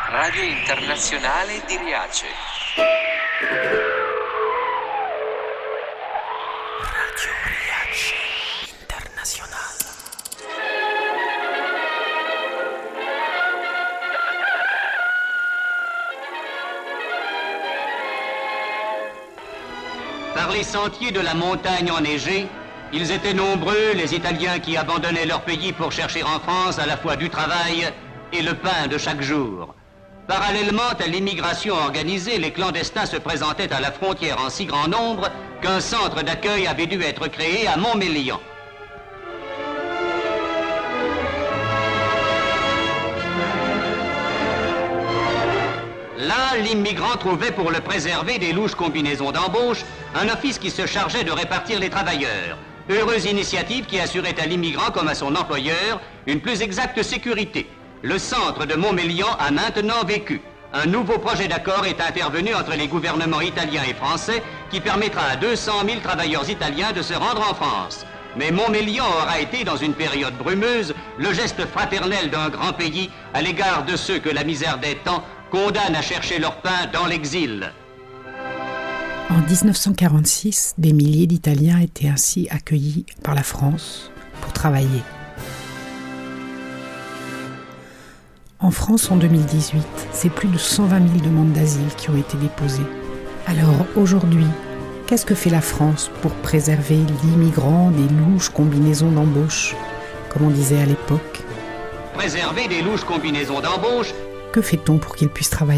Radio Internazionale di Riace. Radio Riace Internazionale. Par les sentiers de la montagne enneigée, ils étaient nombreux, les Italiens qui abandonnaient leur pays pour chercher en France à la fois du travail et le pain de chaque jour. Parallèlement à l'immigration organisée, les clandestins se présentaient à la frontière en si grand nombre qu'un centre d'accueil avait dû être créé à Montmélian. Là, l'immigrant trouvait pour le préserver des louches combinaisons d'embauche, un office qui se chargeait de répartir les travailleurs. Heureuse initiative qui assurait à l'immigrant comme à son employeur une plus exacte sécurité. Le centre de Montmélian a maintenant vécu. Un nouveau projet d'accord est intervenu entre les gouvernements italiens et français qui permettra à 200 000 travailleurs italiens de se rendre en France. Mais Montmélian aura été, dans une période brumeuse, le geste fraternel d'un grand pays à l'égard de ceux que la misère des temps condamne à chercher leur pain dans l'exil. En 1946, des milliers d'Italiens étaient ainsi accueillis par la France pour travailler. En France, en 2018, c'est plus de 120 000 demandes d'asile qui ont été déposées. Alors aujourd'hui, qu'est-ce que fait la France pour préserver l'immigrant des louches combinaisons d'embauche, comme on disait à l'époque ? Préserver des louches combinaisons d'embauche. Que fait-on pour qu'ils puissent travailler ?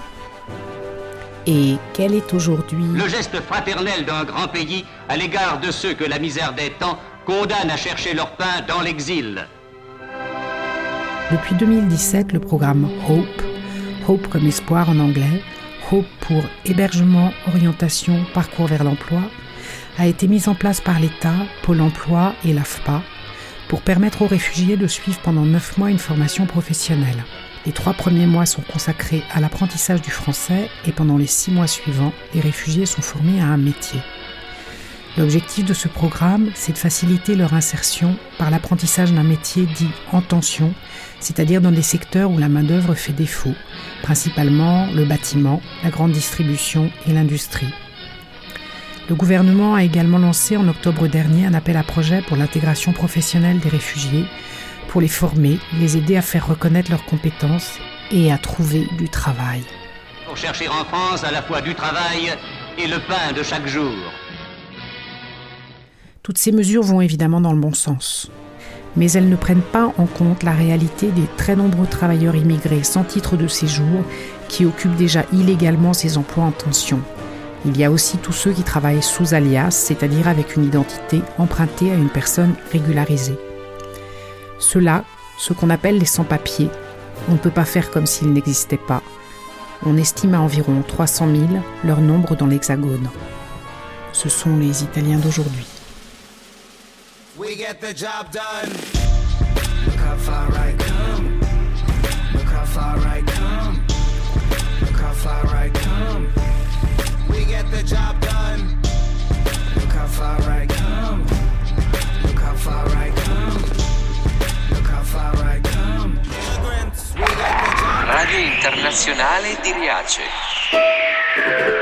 Et quel est aujourd'hui le geste fraternel d'un grand pays à l'égard de ceux que la misère des temps condamne à chercher leur pain dans l'exil ? Depuis 2017, le programme Hope comme espoir en anglais, Hope pour hébergement, orientation, parcours vers l'emploi, a été mis en place par l'État, Pôle emploi et l'AFPA pour permettre aux réfugiés de suivre pendant 9 mois une formation professionnelle. Les 3 premiers mois sont consacrés à l'apprentissage du français et pendant les 6 mois suivants, les réfugiés sont formés à un métier. L'objectif de ce programme, c'est de faciliter leur insertion par l'apprentissage d'un métier dit en tension, c'est-à-dire dans des secteurs où la main-d'œuvre fait défaut, principalement le bâtiment, la grande distribution et l'industrie. Le gouvernement a également lancé en octobre dernier un appel à projet pour l'intégration professionnelle des réfugiés, pour les former, les aider à faire reconnaître leurs compétences et à trouver du travail. Pour chercher en France à la fois du travail et le pain de chaque jour. Toutes ces mesures vont évidemment dans le bon sens. Mais elles ne prennent pas en compte la réalité des très nombreux travailleurs immigrés sans titre de séjour qui occupent déjà illégalement ces emplois en tension. Il y a aussi tous ceux qui travaillent sous alias, c'est-à-dire avec une identité empruntée à une personne régularisée. Ceux-là, ce qu'on appelle les sans-papiers, on ne peut pas faire comme s'ils n'existaient pas. On estime à environ 300 000 leur nombre dans l'Hexagone. Ce sont les Italiens d'aujourd'hui. We get the job done. Look how far I come. Look how far I come. Look how far I come. We get the job done. Look how far I come. Look how far I come. Look how far I come. Immigrants, we get the job done. Radio Internazionale di Riace.